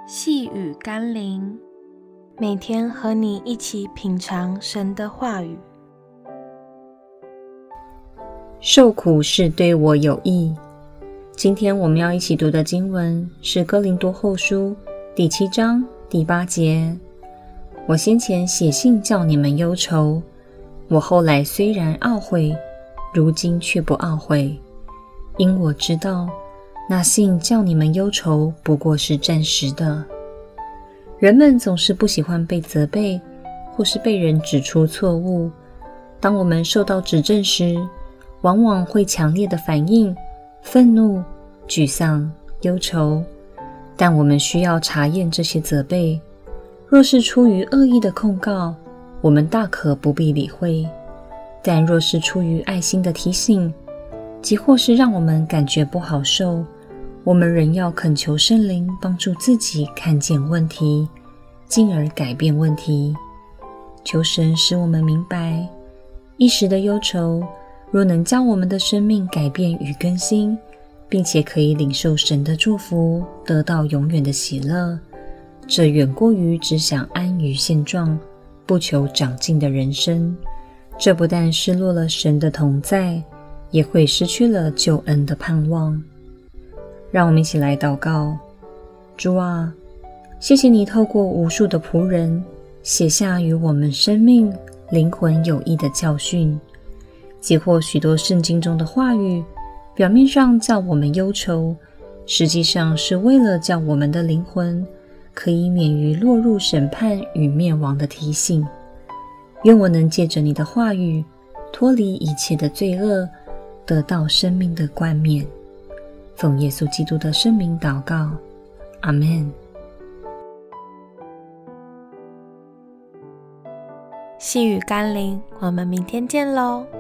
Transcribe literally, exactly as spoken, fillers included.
细语甘霖，每天和你一起品尝神的话语。 受苦是对我有益。今天我们要一起读的经文是哥林多后书第七章第八节。我先前写信叫你们忧愁，我后来虽然懊悔，如今却不懊悔，因我知道那信叫你们忧愁不过是暂时的。人们总是不喜欢被责备，或是被人指出错误。当我们受到指正时，往往会强烈的反应，愤怒、沮丧、忧愁。但我们需要查验这些责备，若是出于恶意的控告，我们大可不必理会；但若是出于爱心的提醒，即或是让我们感觉不好受，我们仍要恳求圣灵帮助自己看见问题，进而改变问题。求神使我们明白，一时的忧愁若能将我们的生命改变与更新，并且可以领受神的祝福，得到永远的喜乐，这远过于只想安于现状，不求长进的人生。这不但失落了神的同在，也会失去了救恩的盼望。让我们一起来祷告。主啊，谢谢你透过无数的仆人写下与我们生命灵魂有益的教训，即或许多圣经中的话语表面上叫我们忧愁，实际上是为了叫我们的灵魂可以免于落入审判与灭亡的提醒。愿我能借着你的话语脱离一切的罪恶，得到生命的冠冕。奉耶稣基督的圣名祷告，阿们。 细语甘霖，我们明天见喽。